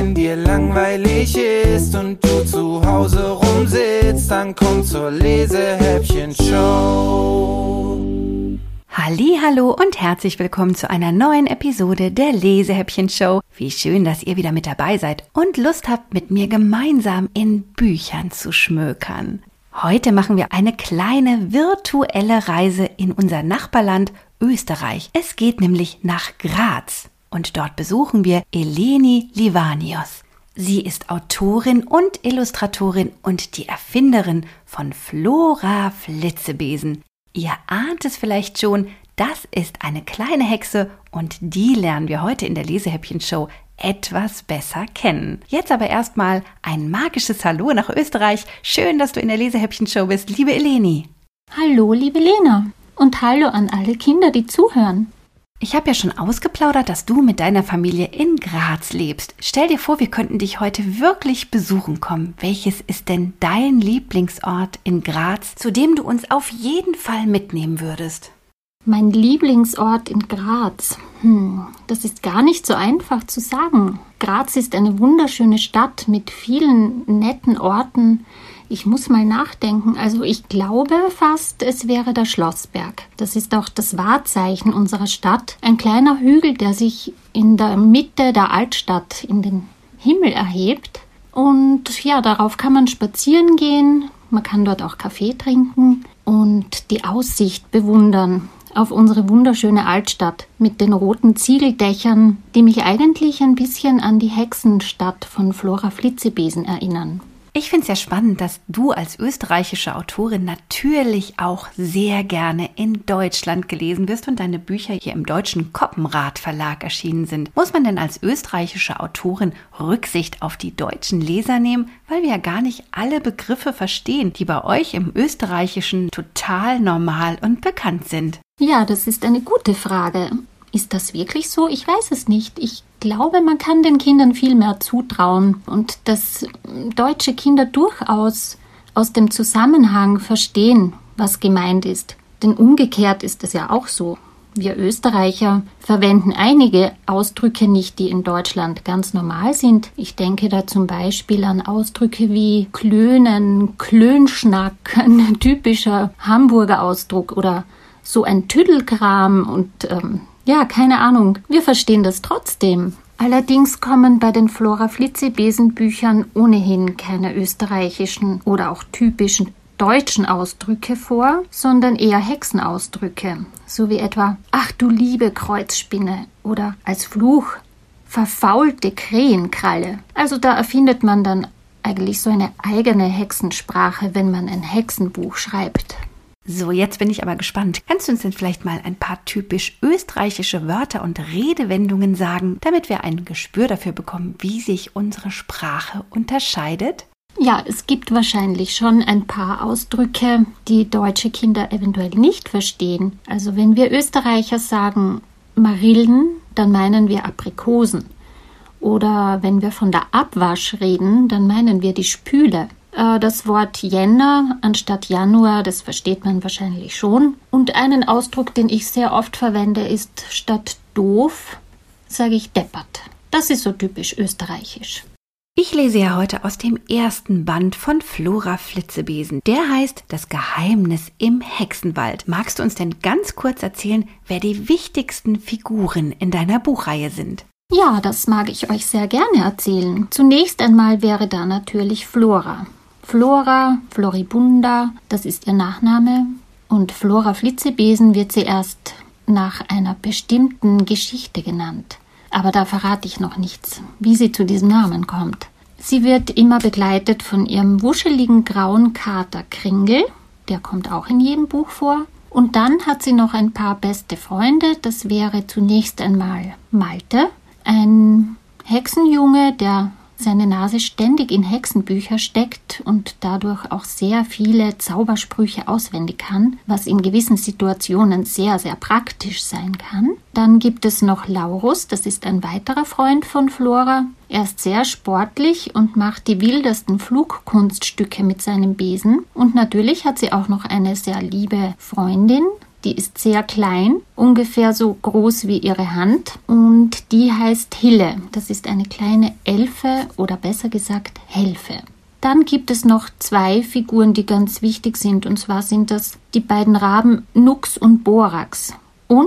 wenn dir langweilig ist und du zu Hause rumsitzt, dann komm zur Lesehäppchen-Show. Hallihallo und herzlich willkommen zu einer neuen Episode der Lesehäppchen-Show. Wie schön, dass ihr wieder mit dabei seid und Lust habt, mit mir gemeinsam in Büchern zu schmökern. Heute machen wir eine kleine virtuelle Reise in unser Nachbarland Österreich. Es geht nämlich nach Graz und dort besuchen wir Eleni Livanios. Sie ist Autorin und Illustratorin und die Erfinderin von Flora Flitzebesen. Ihr ahnt es vielleicht schon, das ist eine kleine Hexe und die lernen wir heute in der Lesehäppchen-Show etwas besser kennen. Jetzt aber erstmal ein magisches Hallo nach Österreich. Schön, dass du in der Lesehäppchen-Show bist, liebe Eleni. Hallo, liebe Lena. Und hallo an alle Kinder, die zuhören. Ich habe ja schon ausgeplaudert, dass du mit deiner Familie in Graz lebst. Stell dir vor, wir könnten dich heute wirklich besuchen kommen. Welches ist denn dein Lieblingsort in Graz, zu dem du uns auf jeden Fall mitnehmen würdest? Mein Lieblingsort in Graz. Das ist gar nicht so einfach zu sagen. Graz ist eine wunderschöne Stadt mit vielen netten Orten. Ich muss mal nachdenken. Also ich glaube fast, es wäre der Schlossberg. Das ist auch das Wahrzeichen unserer Stadt. Ein kleiner Hügel, der sich in der Mitte der Altstadt in den Himmel erhebt. Und ja, darauf kann man spazieren gehen. Man kann dort auch Kaffee trinken und die Aussicht bewundern auf unsere wunderschöne Altstadt mit den roten Ziegeldächern, die mich eigentlich ein bisschen an die Hexenstadt von Flora Flitzebesen erinnern. Ich finde es ja spannend, dass du als österreichische Autorin natürlich auch sehr gerne in Deutschland gelesen wirst und deine Bücher hier im Deutschen Koppenrad Verlag erschienen sind. Muss man denn als österreichische Autorin Rücksicht auf die deutschen Leser nehmen, weil wir ja gar nicht alle Begriffe verstehen, die bei euch im Österreichischen total normal und bekannt sind? Ja, das ist eine gute Frage. Ist das wirklich so? Ich weiß es nicht. Ich glaube, man kann den Kindern viel mehr zutrauen und dass deutsche Kinder durchaus aus dem Zusammenhang verstehen, was gemeint ist. Denn umgekehrt ist es ja auch so. Wir Österreicher verwenden einige Ausdrücke nicht, die in Deutschland ganz normal sind. Ich denke da zum Beispiel an Ausdrücke wie Klönen, Klönschnack, ein typischer Hamburger Ausdruck oder so ein Tüdelkram und ja, keine Ahnung. Wir verstehen das trotzdem. Allerdings kommen bei den Flora Flitzebesen Büchern ohnehin keine österreichischen oder auch typischen deutschen Ausdrücke vor, sondern eher Hexenausdrücke, so wie etwa »Ach du liebe Kreuzspinne« oder als Fluch »verfaulte Krähenkralle«. Also da erfindet man dann eigentlich so eine eigene Hexensprache, wenn man ein Hexenbuch schreibt. So, jetzt bin ich aber gespannt. Kannst du uns denn vielleicht mal ein paar typisch österreichische Wörter und Redewendungen sagen, damit wir ein Gespür dafür bekommen, wie sich unsere Sprache unterscheidet? Ja, es gibt wahrscheinlich schon ein paar Ausdrücke, die deutsche Kinder eventuell nicht verstehen. Also wenn wir Österreicher sagen Marillen, dann meinen wir Aprikosen. Oder wenn wir von der Abwasch reden, dann meinen wir die Spüle. Das Wort Jänner anstatt Januar, das versteht man wahrscheinlich schon. Und einen Ausdruck, den ich sehr oft verwende, ist statt doof, sage ich deppert. Das ist so typisch österreichisch. Ich lese ja heute aus dem ersten Band von Flora Flitzebesen. Der heißt Das Geheimnis im Hexenwald. Magst du uns denn ganz kurz erzählen, wer die wichtigsten Figuren in deiner Buchreihe sind? Ja, das mag ich euch sehr gerne erzählen. Zunächst einmal wäre da natürlich Flora. Flora Floribunda, das ist ihr Nachname. Und Flora Flitzebesen wird sie erst nach einer bestimmten Geschichte genannt. Aber da verrate ich noch nichts, wie sie zu diesem Namen kommt. Sie wird immer begleitet von ihrem wuscheligen grauen Kater Kringel. Der kommt auch in jedem Buch vor. Und dann hat sie noch ein paar beste Freunde. Das wäre zunächst einmal Malte, ein Hexenjunge, der seine Nase ständig in Hexenbücher steckt und dadurch auch sehr viele Zaubersprüche auswendig kann, was in gewissen Situationen sehr, sehr praktisch sein kann. Dann gibt es noch Laurus, das ist ein weiterer Freund von Flora. Er ist sehr sportlich und macht die wildesten Flugkunststücke mit seinem Besen. Und natürlich hat sie auch noch eine sehr liebe Freundin, Die ist sehr klein, ungefähr so groß wie ihre Hand und die heißt Hille. Das ist eine kleine Elfe oder besser gesagt Helfe. Dann gibt es noch 2 Figuren, die ganz wichtig sind und zwar sind das die beiden Raben Nux und Borax. Und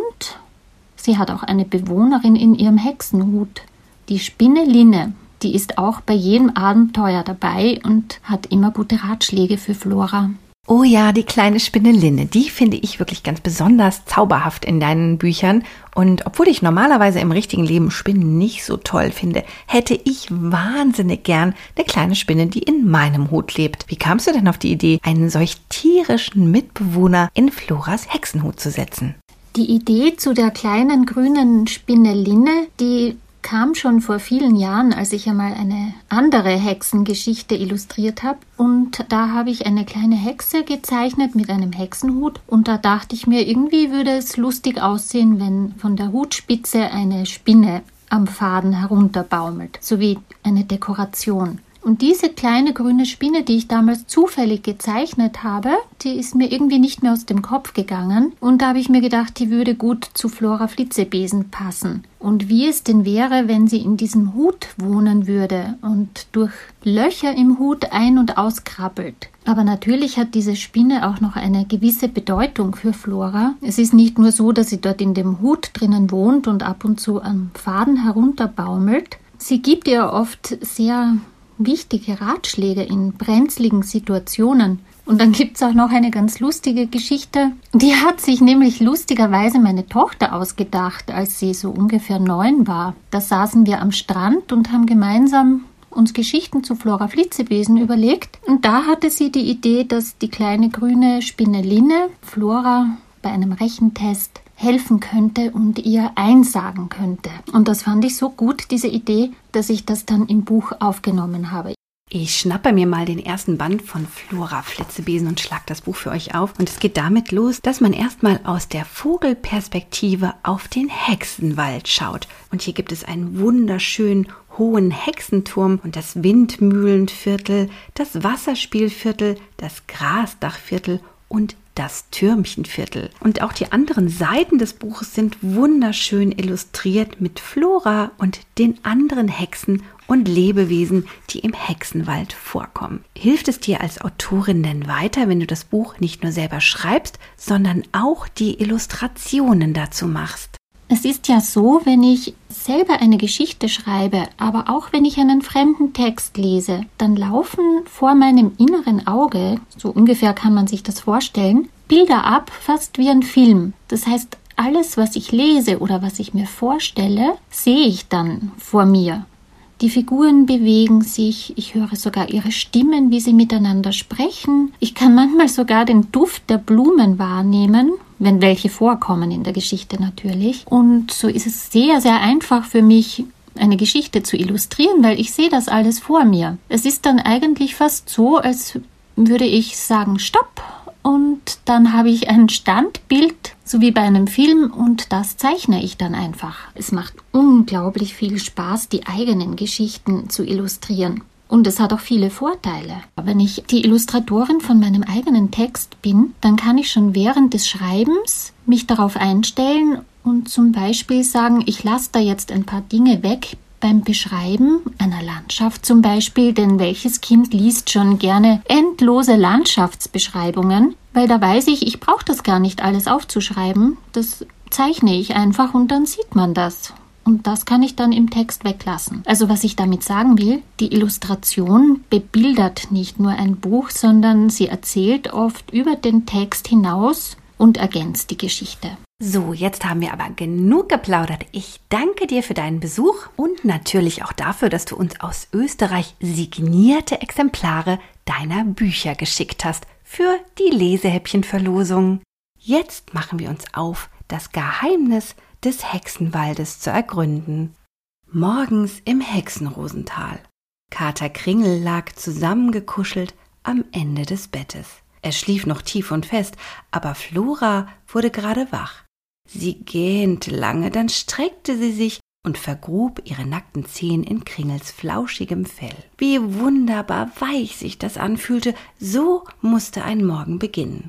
sie hat auch eine Bewohnerin in ihrem Hexenhut, die Spinne Linne. Die ist auch bei jedem Abenteuer dabei und hat immer gute Ratschläge für Flora. Oh ja, die kleine Spinne Linne, die finde ich wirklich ganz besonders zauberhaft in deinen Büchern. Und obwohl ich normalerweise im richtigen Leben Spinnen nicht so toll finde, hätte ich wahnsinnig gern eine kleine Spinne, die in meinem Hut lebt. Wie kamst du denn auf die Idee, einen solch tierischen Mitbewohner in Floras Hexenhut zu setzen? Die Idee zu der kleinen grünen Spinne Linne, die kam schon vor vielen Jahren, als ich einmal eine andere Hexengeschichte illustriert habe. Und da habe ich eine kleine Hexe gezeichnet mit einem Hexenhut. Und da dachte ich mir, irgendwie würde es lustig aussehen, wenn von der Hutspitze eine Spinne am Faden herunterbaumelt, sowie eine Dekoration. Und diese kleine grüne Spinne, die ich damals zufällig gezeichnet habe, die ist mir irgendwie nicht mehr aus dem Kopf gegangen. Und da habe ich mir gedacht, die würde gut zu Flora Flitzebesen passen. Und wie es denn wäre, wenn sie in diesem Hut wohnen würde und durch Löcher im Hut ein- und auskrabbelt. Aber natürlich hat diese Spinne auch noch eine gewisse Bedeutung für Flora. Es ist nicht nur so, dass sie dort in dem Hut drinnen wohnt und ab und zu am Faden herunterbaumelt. Sie gibt ihr oft sehr wichtige Ratschläge in brenzligen Situationen. Und dann gibt's auch noch eine ganz lustige Geschichte. Die hat sich nämlich lustigerweise meine Tochter ausgedacht, als sie so ungefähr 9 war. Da saßen wir am Strand und haben gemeinsam uns Geschichten zu Flora Flitzebesen überlegt. Und da hatte sie die Idee, dass die kleine grüne Spinne Linne Flora bei einem Rechentest helfen könnte und ihr einsagen könnte. Und das fand ich so gut, diese Idee, dass ich das dann im Buch aufgenommen habe. Ich schnappe mir mal den ersten Band von Flora Flitzebesen und schlag das Buch für euch auf. Und es geht damit los, dass man erstmal aus der Vogelperspektive auf den Hexenwald schaut. Und hier gibt es einen wunderschönen hohen Hexenturm und das Windmühlenviertel, das Wasserspielviertel, das Grasdachviertel und das Türmchenviertel. Und auch die anderen Seiten des Buches sind wunderschön illustriert mit Flora und den anderen Hexen und Lebewesen, die im Hexenwald vorkommen. Hilft es dir als Autorin denn weiter, wenn du das Buch nicht nur selber schreibst, sondern auch die Illustrationen dazu machst? Es ist ja so, wenn ich selber eine Geschichte schreibe, aber auch wenn ich einen fremden Text lese, dann laufen vor meinem inneren Auge, so ungefähr kann man sich das vorstellen, Bilder ab, fast wie ein Film. Das heißt, alles, was ich lese oder was ich mir vorstelle, sehe ich dann vor mir. Die Figuren bewegen sich, ich höre sogar ihre Stimmen, wie sie miteinander sprechen. Ich kann manchmal sogar den Duft der Blumen wahrnehmen, wenn welche vorkommen in der Geschichte natürlich. Und so ist es sehr, sehr einfach für mich, eine Geschichte zu illustrieren, weil ich sehe das alles vor mir. Es ist dann eigentlich fast so, als würde ich sagen, Stopp. Und dann habe ich ein Standbild, so wie bei einem Film, und das zeichne ich dann einfach. Es macht unglaublich viel Spaß, die eigenen Geschichten zu illustrieren. Und es hat auch viele Vorteile. Wenn ich die Illustratorin von meinem eigenen Text bin, dann kann ich schon während des Schreibens mich darauf einstellen und zum Beispiel sagen, ich lasse da jetzt ein paar Dinge weg, beim Beschreiben einer Landschaft zum Beispiel, denn welches Kind liest schon gerne endlose Landschaftsbeschreibungen, weil da weiß ich brauche das gar nicht alles aufzuschreiben, das zeichne ich einfach und dann sieht man das. Und das kann ich dann im Text weglassen. Also was ich damit sagen will, die Illustration bebildert nicht nur ein Buch, sondern sie erzählt oft über den Text hinaus und ergänzt die Geschichte. So, jetzt haben wir aber genug geplaudert. Ich danke dir für deinen Besuch und natürlich auch dafür, dass du uns aus Österreich signierte Exemplare deiner Bücher geschickt hast für die Lesehäppchenverlosung. Jetzt machen wir uns auf, das Geheimnis des Hexenwaldes zu ergründen. Morgens im Hexenrosental. Kater Kringel lag zusammengekuschelt am Ende des Bettes. Er schlief noch tief und fest, aber Flora wurde gerade wach. Sie gähnte lange, dann streckte sie sich und vergrub ihre nackten Zehen in Kringels flauschigem Fell. Wie wunderbar weich sich das anfühlte, so musste ein Morgen beginnen.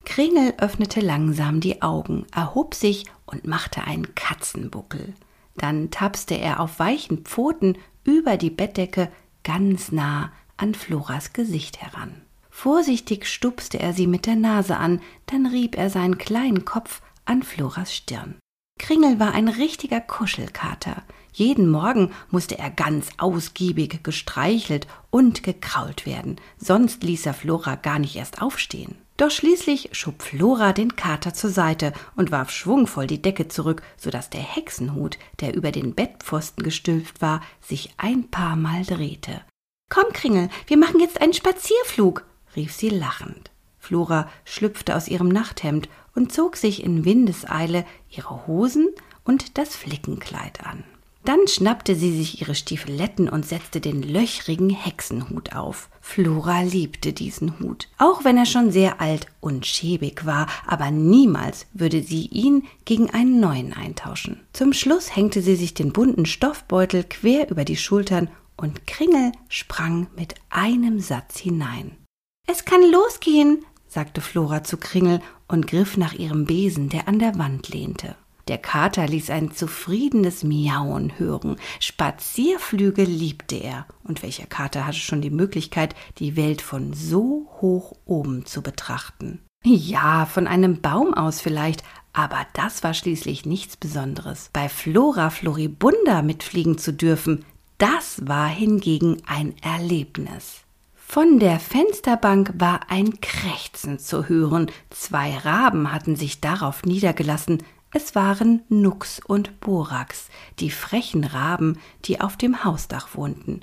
Kringel öffnete langsam die Augen, erhob sich und machte einen Katzenbuckel. Dann tapste er auf weichen Pfoten über die Bettdecke ganz nah an Floras Gesicht heran. Vorsichtig stupste er sie mit der Nase an, dann rieb er seinen kleinen Kopf an Floras Stirn. Kringel war ein richtiger Kuschelkater. Jeden Morgen musste er ganz ausgiebig gestreichelt und gekrault werden, sonst ließ er Flora gar nicht erst aufstehen. Doch schließlich schob Flora den Kater zur Seite und warf schwungvoll die Decke zurück, sodass der Hexenhut, der über den Bettpfosten gestülpt war, sich ein paar Mal drehte. »Komm, Kringel, wir machen jetzt einen Spazierflug«, rief sie lachend. Flora schlüpfte aus ihrem Nachthemd und zog sich in Windeseile ihre Hosen und das Flickenkleid an. Dann schnappte sie sich ihre Stiefeletten und setzte den löchrigen Hexenhut auf. Flora liebte diesen Hut, auch wenn er schon sehr alt und schäbig war, aber niemals würde sie ihn gegen einen neuen eintauschen. Zum Schluss hängte sie sich den bunten Stoffbeutel quer über die Schultern und Kringel sprang mit einem Satz hinein. »Es kann losgehen«, sagte Flora zu Kringel und griff nach ihrem Besen, der an der Wand lehnte. Der Kater ließ ein zufriedenes Miauen hören. Spazierflüge liebte er. Und welcher Kater hatte schon die Möglichkeit, die Welt von so hoch oben zu betrachten? Ja, von einem Baum aus vielleicht, aber das war schließlich nichts Besonderes. Bei Flora Floribunda mitfliegen zu dürfen, das war hingegen ein Erlebnis. Von der Fensterbank war ein Krächzen zu hören. 2 Raben hatten sich darauf niedergelassen. Es waren Nux und Borax, die frechen Raben, die auf dem Hausdach wohnten.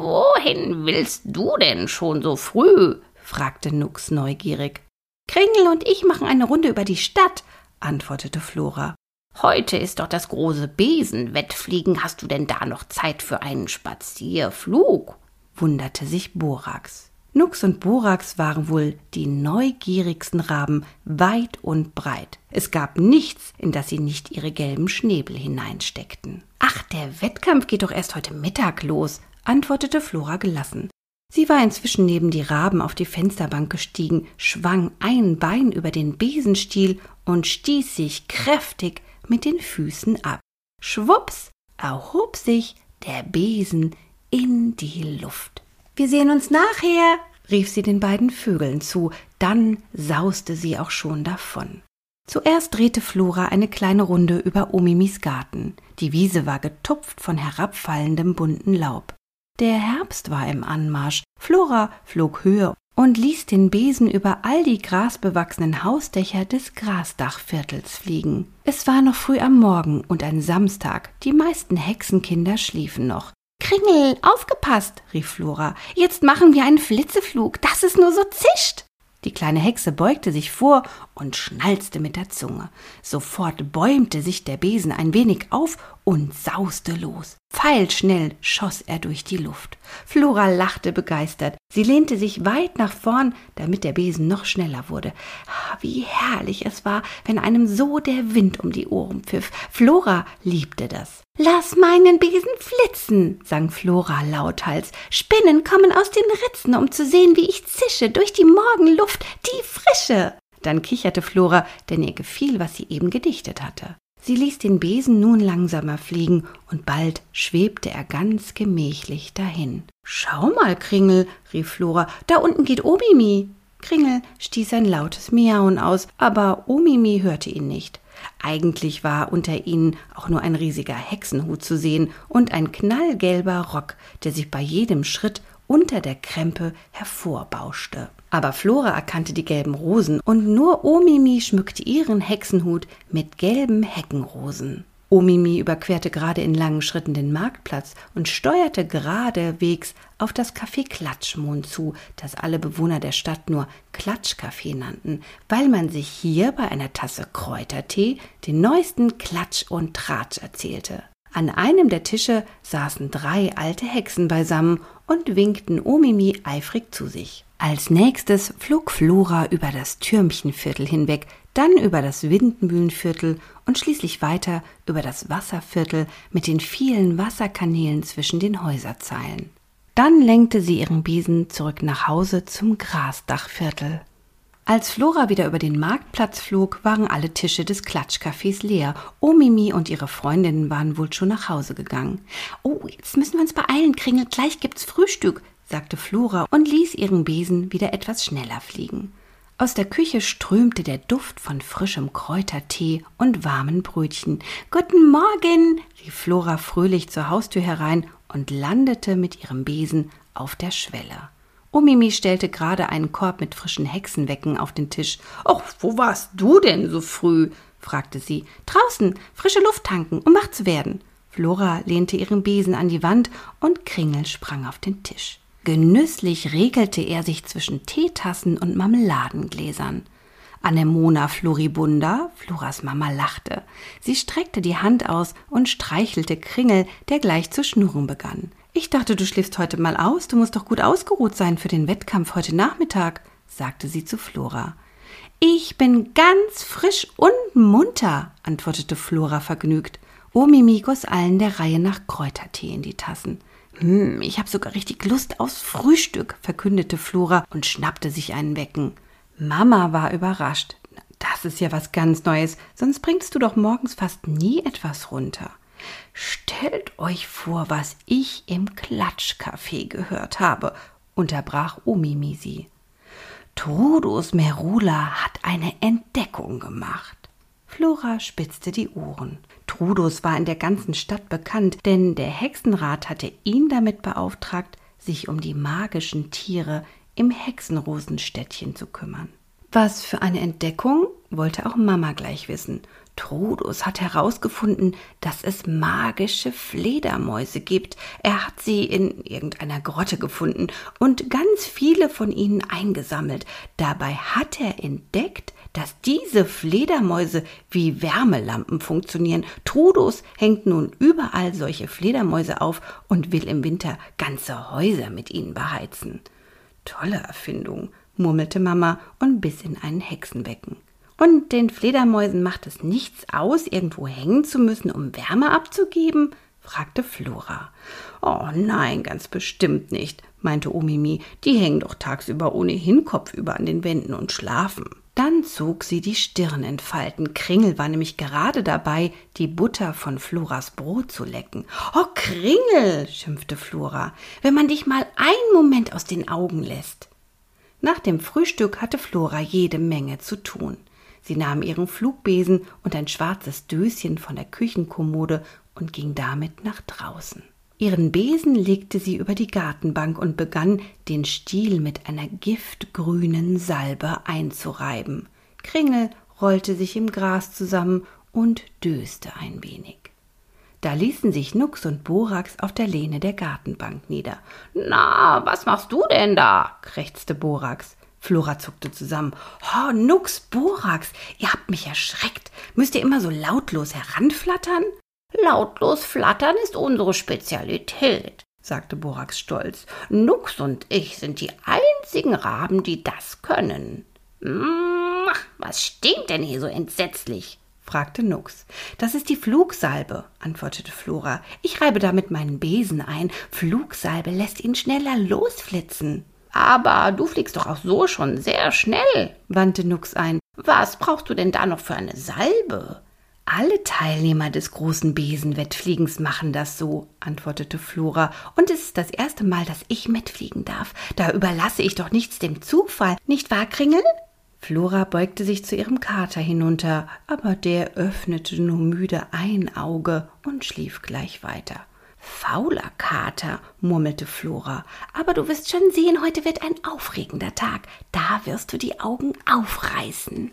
»Wohin willst du denn schon so früh?« fragte Nux neugierig. »Kringel und ich machen eine Runde über die Stadt«, antwortete Flora. »Heute ist doch das große Besenwettfliegen. Hast du denn da noch Zeit für einen Spazierflug?« wunderte sich Borax. Nux und Borax waren wohl die neugierigsten Raben weit und breit. Es gab nichts, in das sie nicht ihre gelben Schnäbel hineinsteckten. »Ach, der Wettkampf geht doch erst heute Mittag los«, antwortete Flora gelassen. Sie war inzwischen neben die Raben auf die Fensterbank gestiegen, schwang ein Bein über den Besenstiel und stieß sich kräftig mit den Füßen ab. Schwupps erhob sich der Besen in die Luft. »Wir sehen uns nachher«, rief sie den beiden Vögeln zu, dann sauste sie auch schon davon. Zuerst drehte Flora eine kleine Runde über Omimis Garten. Die Wiese war getupft von herabfallendem bunten Laub. Der Herbst war im Anmarsch. Flora flog höher und ließ den Besen über all die grasbewachsenen Hausdächer des Grasdachviertels fliegen. Es war noch früh am Morgen und ein Samstag. Die meisten Hexenkinder schliefen noch. »Kringel, aufgepasst«, rief Flora. »Jetzt machen wir einen Flitzeflug, dass es nur so zischt.« Die kleine Hexe beugte sich vor und schnalzte mit der Zunge. Sofort bäumte sich der Besen ein wenig auf und sauste los. Pfeilschnell schoss er durch die Luft. Flora lachte begeistert. Sie lehnte sich weit nach vorn, damit der Besen noch schneller wurde. Wie herrlich es war, wenn einem so der Wind um die Ohren pfiff. Flora liebte das. »Lass meinen Besen flitzen«, sang Flora lauthals. »Spinnen kommen aus den Ritzen, um zu sehen, wie ich zische durch die Morgenluft, die Frische.« Dann kicherte Flora, denn ihr gefiel, was sie eben gedichtet hatte. Sie ließ den Besen nun langsamer fliegen, und bald schwebte er ganz gemächlich dahin. »Schau mal, Kringel«, rief Flora, »da unten geht Omimi.« Kringel stieß ein lautes Miauen aus, aber Omimi hörte ihn nicht. Eigentlich war unter ihnen auch nur ein riesiger Hexenhut zu sehen und ein knallgelber Rock, der sich bei jedem Schritt unter der Krempe hervorbauschte. Aber Flora erkannte die gelben Rosen und nur Omimi schmückte ihren Hexenhut mit gelben Heckenrosen. Omimi überquerte gerade in langen Schritten den Marktplatz und steuerte geradewegs auf das Café Klatschmohn zu, das alle Bewohner der Stadt nur Klatschcafé nannten, weil man sich hier bei einer Tasse Kräutertee den neuesten Klatsch und Tratsch erzählte. An einem der Tische saßen 3 alte Hexen beisammen und winkten Omimi eifrig zu sich. Als nächstes flog Flora über das Türmchenviertel hinweg, dann über das Windmühlenviertel und schließlich weiter über das Wasserviertel mit den vielen Wasserkanälen zwischen den Häuserzeilen. Dann lenkte sie ihren Besen zurück nach Hause zum Grasdachviertel. Als Flora wieder über den Marktplatz flog, waren alle Tische des Klatschcafés leer. Mimi und ihre Freundinnen waren wohl schon nach Hause gegangen. »Oh, jetzt müssen wir uns beeilen, Kringel, gleich gibt's Frühstück«, sagte Flora und ließ ihren Besen wieder etwas schneller fliegen. Aus der Küche strömte der Duft von frischem Kräutertee und warmen Brötchen. »Guten Morgen«, rief Flora fröhlich zur Haustür herein und landete mit ihrem Besen auf der Schwelle. Mimi stellte gerade einen Korb mit frischen Hexenwecken auf den Tisch. »Och, wo warst du denn so früh?« fragte sie. »Draußen, frische Luft tanken, um wach zu werden.« Flora lehnte ihren Besen an die Wand und Kringel sprang auf den Tisch. Genüsslich regelte er sich zwischen Teetassen und Marmeladengläsern. Anemona floribunda, Floras Mama, lachte. Sie streckte die Hand aus und streichelte Kringel, der gleich zu schnurren begann. »Ich dachte, du schläfst heute mal aus, du musst doch gut ausgeruht sein für den Wettkampf heute Nachmittag«, sagte sie zu Flora. »Ich bin ganz frisch und munter«, antwortete Flora vergnügt. Mimi goss allen der Reihe nach Kräutertee in die Tassen. Ich habe sogar richtig Lust aufs Frühstück«, verkündete Flora und schnappte sich einen Wecken. Mama war überrascht. »Das ist ja was ganz Neues, sonst bringst du doch morgens fast nie etwas runter.« »Stellt euch vor, was ich im Klatschcafé gehört habe«, unterbrach Mimi sie. »Trudus Merula hat eine Entdeckung gemacht.« Flora spitzte die Ohren. Trudus war in der ganzen Stadt bekannt, denn der Hexenrat hatte ihn damit beauftragt, sich um die magischen Tiere im Hexenrosenstädtchen zu kümmern. Was für eine Entdeckung, wollte auch Mama gleich wissen. Trudus hat herausgefunden, dass es magische Fledermäuse gibt. Er hat sie in irgendeiner Grotte gefunden und ganz viele von ihnen eingesammelt. Dabei hat er entdeckt, dass diese Fledermäuse wie Wärmelampen funktionieren. Trudus hängt nun überall solche Fledermäuse auf und will im Winter ganze Häuser mit ihnen beheizen. »Tolle Erfindung«, murmelte Mama und biss in einen Hexenwecken. »Und den Fledermäusen macht es nichts aus, irgendwo hängen zu müssen, um Wärme abzugeben?« fragte Flora. »Oh nein, ganz bestimmt nicht«, meinte Mimi. »Die hängen doch tagsüber ohnehin kopfüber an den Wänden und schlafen.« Dann zog sie die Stirn in Falten. Kringel war nämlich gerade dabei, die Butter von Floras Brot zu lecken. »Oh, Kringel«, schimpfte Flora, »wenn man dich mal einen Moment aus den Augen lässt.« Nach dem Frühstück hatte Flora jede Menge zu tun. Sie nahm ihren Flugbesen und ein schwarzes Döschen von der Küchenkommode und ging damit nach draußen. Ihren Besen legte sie über die Gartenbank und begann, den Stiel mit einer giftgrünen Salbe einzureiben. Kringel rollte sich im Gras zusammen und döste ein wenig. Da ließen sich Nux und Borax auf der Lehne der Gartenbank nieder. »Na, was machst du denn da?« krächzte Borax. Flora zuckte zusammen. »Oh, Nux, Borax, ihr habt mich erschreckt. Müsst ihr immer so lautlos heranflattern?« »Lautlos flattern ist unsere Spezialität«, sagte Borax stolz. »Nux und ich sind die einzigen Raben, die das können.« »Was stinkt denn hier so entsetzlich?« fragte Nux. »Das ist die Flugsalbe«, antwortete Flora. »Ich reibe damit meinen Besen ein. Flugsalbe lässt ihn schneller losflitzen.« »Aber du fliegst doch auch so schon sehr schnell«, wandte Nux ein. »Was brauchst du denn da noch für eine Salbe?« »Alle Teilnehmer des großen Besenwettfliegens machen das so«, antwortete Flora. »Und es ist das erste Mal, dass ich mitfliegen darf. Da überlasse ich doch nichts dem Zufall, nicht wahr, Kringel?« Flora beugte sich zu ihrem Kater hinunter, aber der öffnete nur müde ein Auge und schlief gleich weiter. »Fauler Kater«, murmelte Flora, »aber du wirst schon sehen, heute wird ein aufregender Tag. Da wirst du die Augen aufreißen.«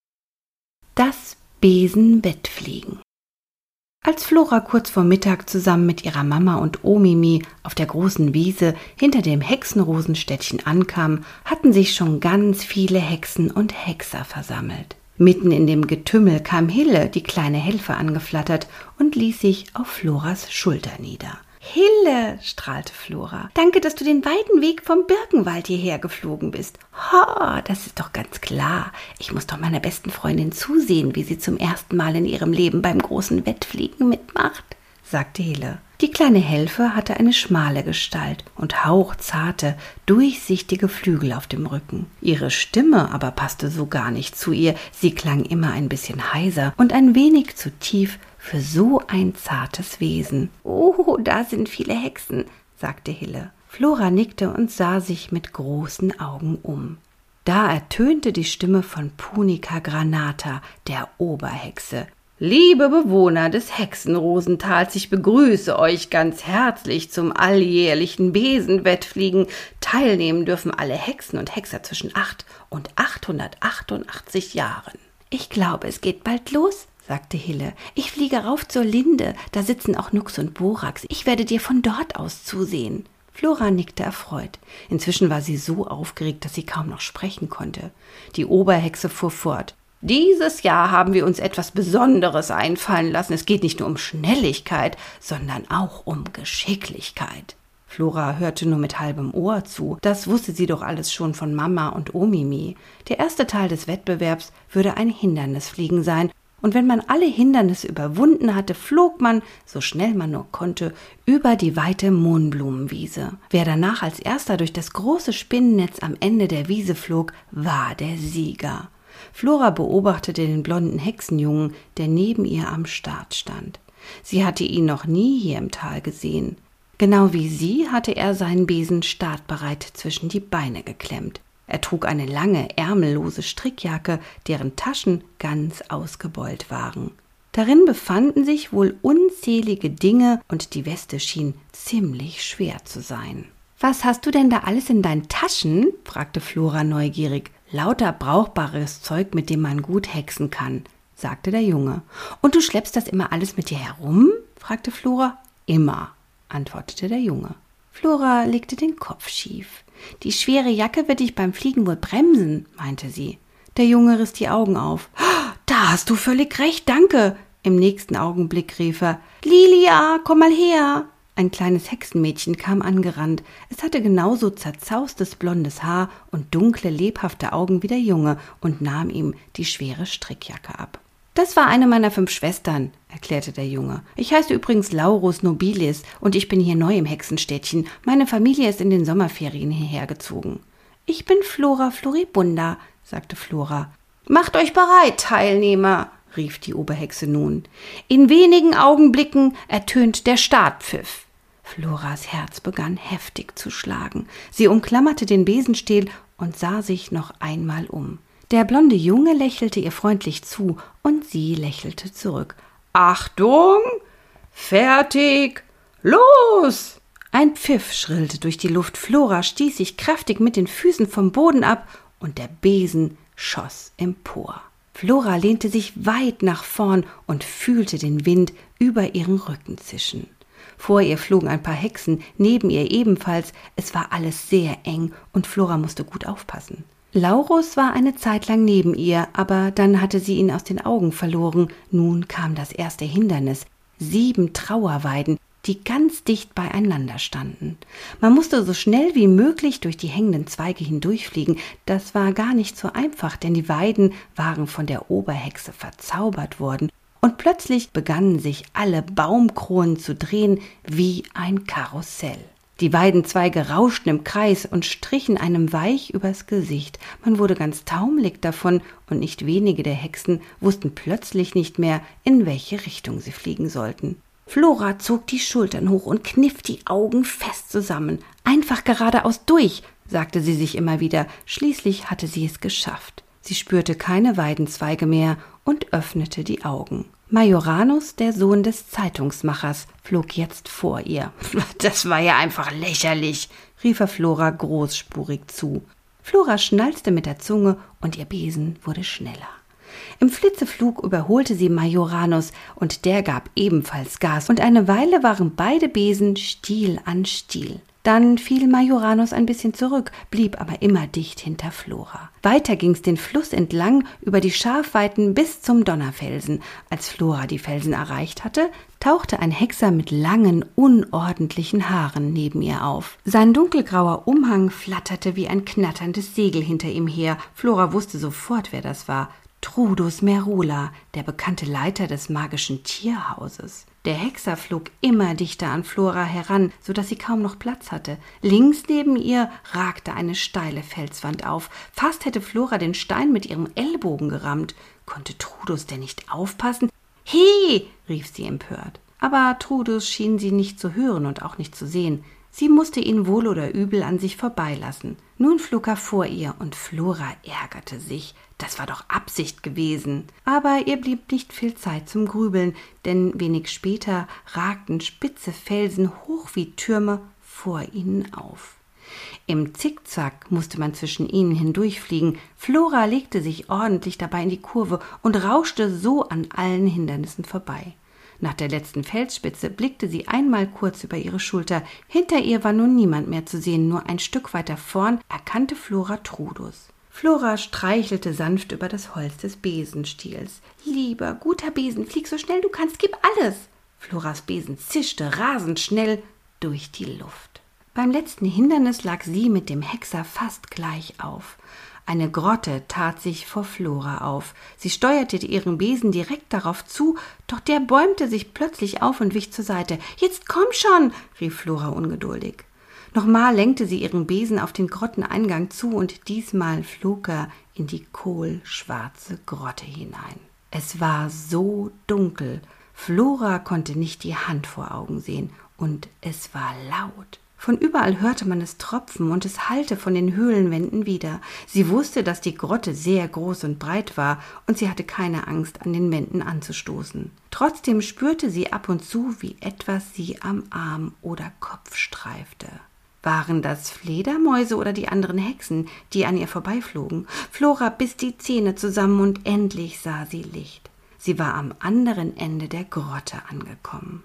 Das Besenwettfliegen. Als Flora kurz vor Mittag zusammen mit ihrer Mama und Mimi auf der großen Wiese hinter dem Hexenrosenstädtchen ankam, hatten sich schon ganz viele Hexen und Hexer versammelt. Mitten in dem Getümmel kam Hille, die kleine Helfer, angeflattert und ließ sich auf Floras Schulter nieder. »Hille«, strahlte Flora, »danke, dass du den weiten Weg vom Birkenwald hierher geflogen bist.« Das ist doch ganz klar. Ich muss doch meiner besten Freundin zusehen, wie sie zum ersten Mal in ihrem Leben beim großen Wettfliegen mitmacht«, sagte Hille. Die kleine Helfe hatte eine schmale Gestalt und hauchzarte, durchsichtige Flügel auf dem Rücken. Ihre Stimme aber passte so gar nicht zu ihr. Sie klang immer ein bisschen heiser und ein wenig zu tief für so ein zartes Wesen. »Oh, da sind viele Hexen«, sagte Hille. Flora nickte und sah sich mit großen Augen um. Da ertönte die Stimme von Punica Granata, der Oberhexe. »Liebe Bewohner des Hexenrosentals, ich begrüße euch ganz herzlich zum alljährlichen Besenwettfliegen. Teilnehmen dürfen alle Hexen und Hexer zwischen 8 und 888 Jahren.« »Ich glaube, es geht bald los«, sagte Hille. »Ich fliege rauf zur Linde, da sitzen auch Nux und Borax. Ich werde dir von dort aus zusehen.« Flora nickte erfreut. Inzwischen war sie so aufgeregt, dass sie kaum noch sprechen konnte. Die Oberhexe fuhr fort. »Dieses Jahr haben wir uns etwas Besonderes einfallen lassen. Es geht nicht nur um Schnelligkeit, sondern auch um Geschicklichkeit.« Flora hörte nur mit halbem Ohr zu. Das wusste sie doch alles schon von Mama und Omimi. Der erste Teil des Wettbewerbs würde ein Hindernisfliegen sein. Und wenn man alle Hindernisse überwunden hatte, flog man, so schnell man nur konnte, über die weite Mohnblumenwiese. Wer danach als erster durch das große Spinnennetz am Ende der Wiese flog, war der Sieger. Flora beobachtete den blonden Hexenjungen, der neben ihr am Start stand. Sie hatte ihn noch nie hier im Tal gesehen. Genau wie sie hatte er seinen Besen startbereit zwischen die Beine geklemmt. Er trug eine lange, ärmellose Strickjacke, deren Taschen ganz ausgebeult waren. Darin befanden sich wohl unzählige Dinge und die Weste schien ziemlich schwer zu sein. »Was hast du denn da alles in deinen Taschen?« fragte Flora neugierig. »Lauter brauchbares Zeug, mit dem man gut hexen kann«, sagte der Junge. »Und du schleppst das immer alles mit dir herum?« fragte Flora. »Immer«, antwortete der Junge. Flora legte den Kopf schief. »Die schwere Jacke wird dich beim Fliegen wohl bremsen«, meinte sie. Der Junge riss die Augen auf. »Da hast du völlig recht, danke!« Im nächsten Augenblick rief er. »Lilia, komm mal her!« Ein kleines Hexenmädchen kam angerannt. Es hatte genauso zerzaustes blondes Haar und dunkle, lebhafte Augen wie der Junge und nahm ihm die schwere Strickjacke ab. »Das war eine meiner 5 Schwestern«, erklärte der Junge. »Ich heiße übrigens Laurus Nobilis und ich bin hier neu im Hexenstädtchen. Meine Familie ist in den Sommerferien hierher gezogen.« »Ich bin Flora Floribunda«, sagte Flora. »Macht euch bereit, Teilnehmer«, rief die Oberhexe nun. »In wenigen Augenblicken ertönt der Startpfiff.« Floras Herz begann heftig zu schlagen. Sie umklammerte den Besenstiel und sah sich noch einmal um. Der blonde Junge lächelte ihr freundlich zu und sie lächelte zurück. »Achtung! Fertig! Los!« Ein Pfiff schrillte durch die Luft. Flora stieß sich kräftig mit den Füßen vom Boden ab und der Besen schoss empor. Flora lehnte sich weit nach vorn und fühlte den Wind über ihren Rücken zischen. Vor ihr flogen ein paar Hexen, neben ihr ebenfalls. Es war alles sehr eng und Flora musste gut aufpassen. Laurus war eine Zeit lang neben ihr, aber dann hatte sie ihn aus den Augen verloren. Nun kam das erste Hindernis. 7 Trauerweiden, die ganz dicht beieinander standen. Man musste so schnell wie möglich durch die hängenden Zweige hindurchfliegen. Das war gar nicht so einfach, denn die Weiden waren von der Oberhexe verzaubert worden. Und plötzlich begannen sich alle Baumkronen zu drehen wie ein Karussell. Die Weidenzweige rauschten im Kreis und strichen einem weich übers Gesicht. Man wurde ganz taumelig davon und nicht wenige der Hexen wussten plötzlich nicht mehr, in welche Richtung sie fliegen sollten. Flora zog die Schultern hoch und kniff die Augen fest zusammen. »Einfach geradeaus durch«, sagte sie sich immer wieder. Schließlich hatte sie es geschafft. Sie spürte keine Weidenzweige mehr und öffnete die Augen. Majoranus, der Sohn des Zeitungsmachers, flog jetzt vor ihr. »Das war ja einfach lächerlich«, rief er Flora großspurig zu. Flora schnalzte mit der Zunge und ihr Besen wurde schneller. Im Flitzeflug überholte sie Majoranus und der gab ebenfalls Gas und eine Weile waren beide Besen Stiel an Stiel. Dann fiel Majoranus ein bisschen zurück, blieb aber immer dicht hinter Flora. Weiter ging's den Fluss entlang über die Schafweiten bis zum Donnerfelsen. Als Flora die Felsen erreicht hatte, tauchte ein Hexer mit langen, unordentlichen Haaren neben ihr auf. Sein dunkelgrauer Umhang flatterte wie ein knatterndes Segel hinter ihm her. Flora wusste sofort, wer das war. Trudus Merula, der bekannte Leiter des magischen Tierhauses. Der Hexer flog immer dichter an Flora heran, sodass sie kaum noch Platz hatte. Links neben ihr ragte eine steile Felswand auf. Fast hätte Flora den Stein mit ihrem Ellbogen gerammt. Konnte Trudus denn nicht aufpassen? »He!« rief sie empört. Aber Trudus schien sie nicht zu hören und auch nicht zu sehen. Sie musste ihn wohl oder übel an sich vorbeilassen. Nun flog er vor ihr und Flora ärgerte sich. Das war doch Absicht gewesen. Aber ihr blieb nicht viel Zeit zum Grübeln, denn wenig später ragten spitze Felsen hoch wie Türme vor ihnen auf. Im Zickzack musste man zwischen ihnen hindurchfliegen. Flora legte sich ordentlich dabei in die Kurve und rauschte so an allen Hindernissen vorbei. Nach der letzten Felsspitze blickte sie einmal kurz über ihre Schulter. Hinter ihr war nun niemand mehr zu sehen, nur ein Stück weiter vorn erkannte Flora Trudus. Flora streichelte sanft über das Holz des Besenstiels. »Lieber, guter Besen, flieg so schnell du kannst, gib alles!« Floras Besen zischte rasend schnell durch die Luft. Beim letzten Hindernis lag sie mit dem Hexer fast gleich auf. Eine Grotte tat sich vor Flora auf. Sie steuerte ihren Besen direkt darauf zu, doch der bäumte sich plötzlich auf und wich zur Seite. »Jetzt komm schon«, rief Flora ungeduldig. Nochmal lenkte sie ihren Besen auf den Grotteneingang zu und diesmal flog er in die kohlschwarze Grotte hinein. Es war so dunkel, Flora konnte nicht die Hand vor Augen sehen und es war laut. Von überall hörte man es tropfen und es hallte von den Höhlenwänden wider. Sie wusste, dass die Grotte sehr groß und breit war und sie hatte keine Angst, an den Wänden anzustoßen. Trotzdem spürte sie ab und zu, wie etwas sie am Arm oder Kopf streifte. Waren das Fledermäuse oder die anderen Hexen, die an ihr vorbeiflogen? Flora biss die Zähne zusammen und endlich sah sie Licht. Sie war am anderen Ende der Grotte angekommen.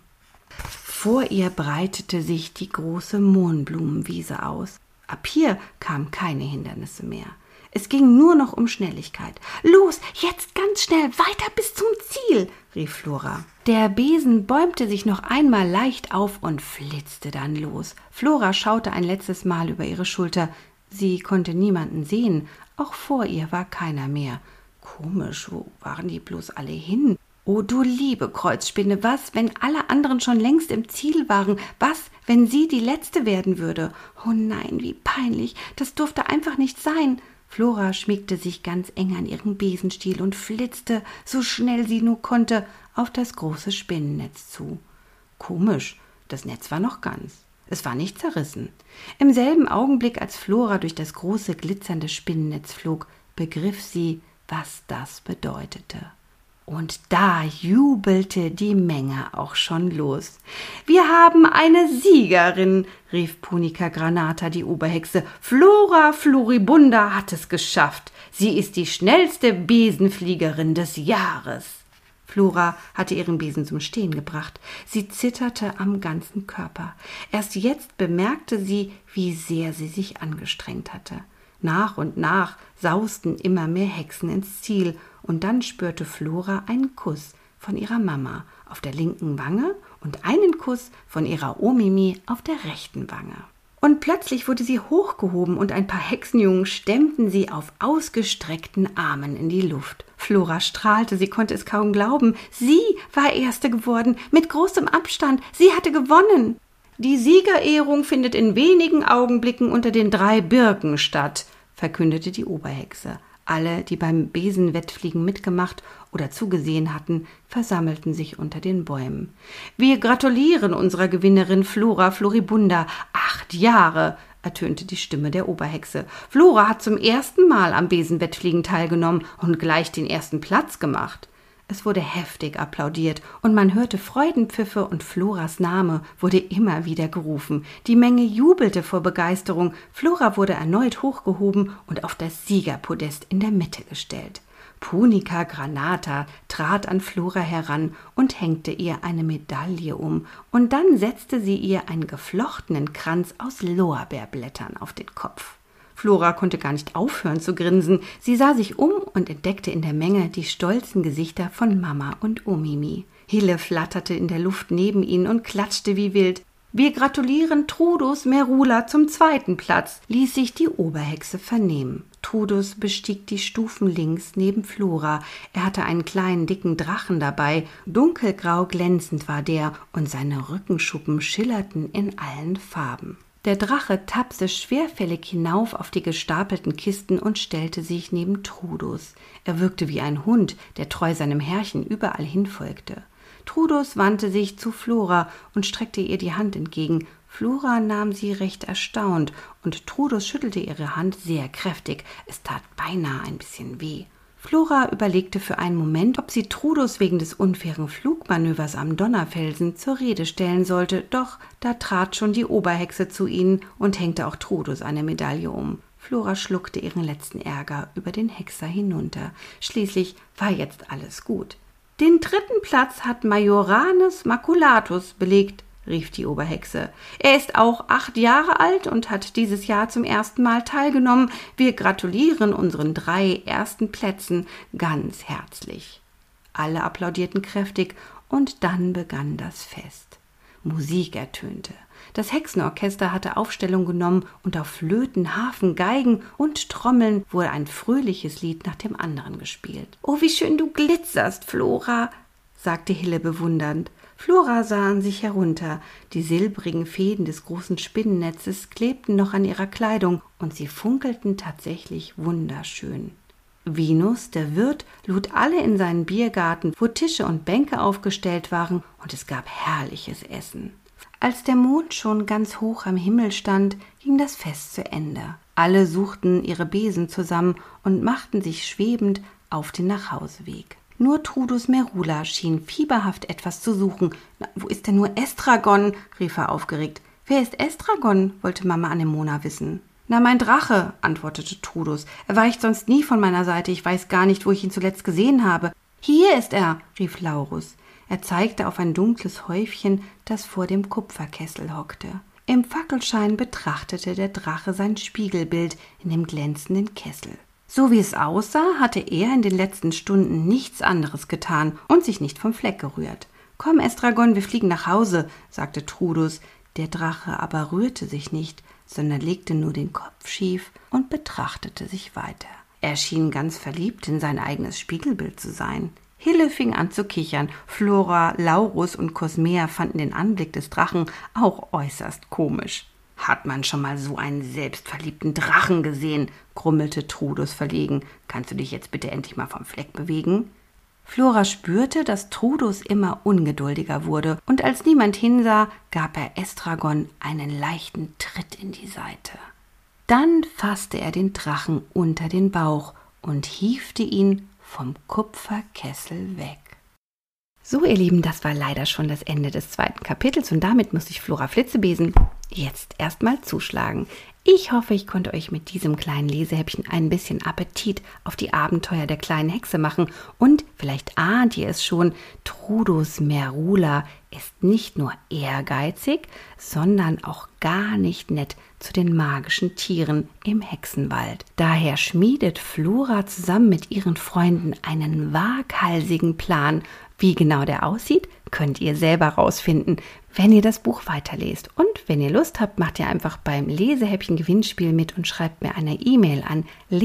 Vor ihr breitete sich die große Mohnblumenwiese aus. Ab hier kamen keine Hindernisse mehr. Es ging nur noch um Schnelligkeit. »Los, jetzt ganz schnell, weiter bis zum Ziel«, rief Flora. Der Besen bäumte sich noch einmal leicht auf und flitzte dann los. Flora schaute ein letztes Mal über ihre Schulter. Sie konnte niemanden sehen, auch vor ihr war keiner mehr. Komisch, wo waren die bloß alle hin? Oh, du liebe Kreuzspinne, was, wenn alle anderen schon längst im Ziel waren? Was, wenn sie die Letzte werden würde? Oh nein, wie peinlich, das durfte einfach nicht sein. Flora schmiegte sich ganz eng an ihren Besenstiel und flitzte, so schnell sie nur konnte, auf das große Spinnennetz zu. Komisch, das Netz war noch ganz. Es war nicht zerrissen. Im selben Augenblick, als Flora durch das große, glitzernde Spinnennetz flog, begriff sie, was das bedeutete. Und da jubelte die Menge auch schon los. »Wir haben eine Siegerin«, rief Punica Granata, die Oberhexe. »Flora Floribunda hat es geschafft. Sie ist die schnellste Besenfliegerin des Jahres.« Flora hatte ihren Besen zum Stehen gebracht. Sie zitterte am ganzen Körper. Erst jetzt bemerkte sie, wie sehr sie sich angestrengt hatte. Nach und nach sausten immer mehr Hexen ins Ziel, und dann spürte Flora einen Kuss von ihrer Mama auf der linken Wange und einen Kuss von ihrer Omimi auf der rechten Wange. Und plötzlich wurde sie hochgehoben und ein paar Hexenjungen stemmten sie auf ausgestreckten Armen in die Luft. Flora strahlte, sie konnte es kaum glauben. Sie war Erste geworden, mit großem Abstand. Sie hatte gewonnen. »Die Siegerehrung findet in wenigen Augenblicken unter den 3 Birken statt«, verkündete die Oberhexe. Alle, die beim Besenwettfliegen mitgemacht oder zugesehen hatten, versammelten sich unter den Bäumen. »Wir gratulieren unserer Gewinnerin Flora Floribunda. 8 Jahre«, ertönte die Stimme der Oberhexe. »Flora hat zum ersten Mal am Besenwettfliegen teilgenommen und gleich den ersten Platz gemacht.« Es wurde heftig applaudiert und man hörte Freudenpfiffe und Floras Name wurde immer wieder gerufen. Die Menge jubelte vor Begeisterung. Flora wurde erneut hochgehoben und auf das Siegerpodest in der Mitte gestellt. Punica Granata trat an Flora heran und hängte ihr eine Medaille um und dann setzte sie ihr einen geflochtenen Kranz aus Lorbeerblättern auf den Kopf. Flora konnte gar nicht aufhören zu grinsen. Sie sah sich um und entdeckte in der Menge die stolzen Gesichter von Mama und Omimi. Hille flatterte in der Luft neben ihnen und klatschte wie wild. »Wir gratulieren Trudus Merula zum 2. Platz«, ließ sich die Oberhexe vernehmen. Trudus bestieg die Stufen links neben Flora. Er hatte einen kleinen, dicken Drachen dabei. Dunkelgrau glänzend war der und seine Rückenschuppen schillerten in allen Farben. Der Drache tapste schwerfällig hinauf auf die gestapelten Kisten und stellte sich neben Trudus. Er wirkte wie ein Hund, der treu seinem Herrchen überall hin folgte. Trudus wandte sich zu Flora und streckte ihr die Hand entgegen. Flora nahm sie recht erstaunt und Trudus schüttelte ihre Hand sehr kräftig. Es tat beinahe ein bisschen weh. Flora überlegte für einen Moment, ob sie Trudus wegen des unfairen Flugmanövers am Donnerfelsen zur Rede stellen sollte, doch da trat schon die Oberhexe zu ihnen und hängte auch Trudus eine Medaille um. Flora schluckte ihren letzten Ärger über den Hexer hinunter. Schließlich war jetzt alles gut. »Den 3. Platz hat Majoranus Maculatus belegt«, rief die Oberhexe. »Er ist auch 8 Jahre alt und hat dieses Jahr zum ersten Mal teilgenommen. Wir gratulieren unseren 3 ersten Plätzen ganz herzlich.« Alle applaudierten kräftig und dann begann das Fest. Musik ertönte. Das Hexenorchester hatte Aufstellung genommen und auf Flöten, Harfen, Geigen und Trommeln wurde ein fröhliches Lied nach dem anderen gespielt. »Oh, wie schön du glitzerst, Flora«, sagte Hille bewundernd. Flora sah an sich herunter. Die silbrigen Fäden des großen Spinnennetzes klebten noch an ihrer Kleidung und sie funkelten tatsächlich wunderschön. Venus, der Wirt, lud alle in seinen Biergarten, wo Tische und Bänke aufgestellt waren, und es gab herrliches Essen. Als der Mond schon ganz hoch am Himmel stand, ging das Fest zu Ende. Alle suchten ihre Besen zusammen und machten sich schwebend auf den Nachhauseweg. Nur Trudus Merula schien fieberhaft etwas zu suchen. »Na, wo ist denn nur Estragon?« rief er aufgeregt. »Wer ist Estragon?« wollte Mama Anemona wissen. »Na, mein Drache«, antwortete Trudus. »Er weicht sonst nie von meiner Seite. Ich weiß gar nicht, wo ich ihn zuletzt gesehen habe.« »Hier ist er«, rief Laurus. Er zeigte auf ein dunkles Häufchen, das vor dem Kupferkessel hockte. Im Fackelschein betrachtete der Drache sein Spiegelbild in dem glänzenden Kessel. So wie es aussah, hatte er in den letzten Stunden nichts anderes getan und sich nicht vom Fleck gerührt. »Komm, Estragon, wir fliegen nach Hause«, sagte Trudus. Der Drache aber rührte sich nicht, sondern legte nur den Kopf schief und betrachtete sich weiter. Er schien ganz verliebt in sein eigenes Spiegelbild zu sein. Hille fing an zu kichern. Flora, Laurus und Cosmea fanden den Anblick des Drachen auch äußerst komisch. »Hat man schon mal so einen selbstverliebten Drachen gesehen?« grummelte Trudus verlegen. »Kannst du dich jetzt bitte endlich mal vom Fleck bewegen?« Flora spürte, dass Trudus immer ungeduldiger wurde, und als niemand hinsah, gab er Estragon einen leichten Tritt in die Seite. Dann fasste er den Drachen unter den Bauch und hiefte ihn vom Kupferkessel weg. So, ihr Lieben, das war leider schon das Ende des 2. Kapitels und damit muss ich Flora Flitzebesen jetzt erstmal zuschlagen. Ich hoffe, ich konnte euch mit diesem kleinen Lesehäppchen ein bisschen Appetit auf die Abenteuer der kleinen Hexe machen und vielleicht ahnt ihr es schon, Trudus Merula ist nicht nur ehrgeizig, sondern auch gar nicht nett zu den magischen Tieren im Hexenwald. Daher schmiedet Flora zusammen mit ihren Freunden einen waghalsigen Plan. Wie genau der aussieht, könnt ihr selber rausfinden, wenn ihr das Buch weiterlest. Und wenn ihr Lust habt, macht ihr einfach beim Lesehäppchen-Gewinnspiel mit und schreibt mir eine E-Mail an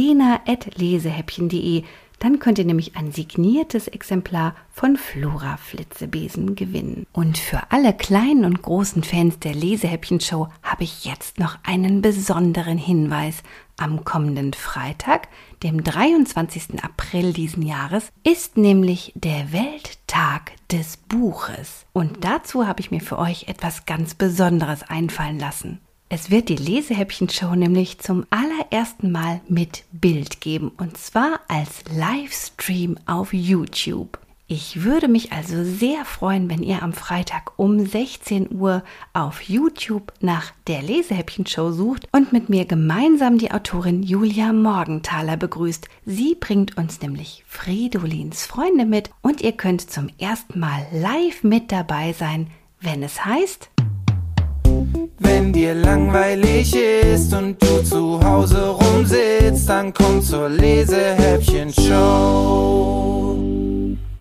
lena@lesehäppchen.de. Dann könnt ihr nämlich ein signiertes Exemplar von Flora Flitzebesen gewinnen. Und für alle kleinen und großen Fans der Lesehäppchen-Show habe ich jetzt noch einen besonderen Hinweis. Am kommenden Freitag, dem 23. April diesen Jahres, ist nämlich der Welttag des Buches. Und dazu habe ich mir für euch etwas ganz Besonderes einfallen lassen. Es wird die Lesehäppchen-Show nämlich zum allerersten Mal mit Bild geben, und zwar als Livestream auf YouTube. Ich würde mich also sehr freuen, wenn ihr am Freitag um 16 Uhr auf YouTube nach der Lesehäppchen-Show sucht und mit mir gemeinsam die Autorin Julia Morgenthaler begrüßt. Sie bringt uns nämlich Fridolins Freunde mit und ihr könnt zum ersten Mal live mit dabei sein, wenn es heißt: Wenn dir langweilig ist und du zu Hause rumsitzt, dann komm zur Lesehäppchen-Show.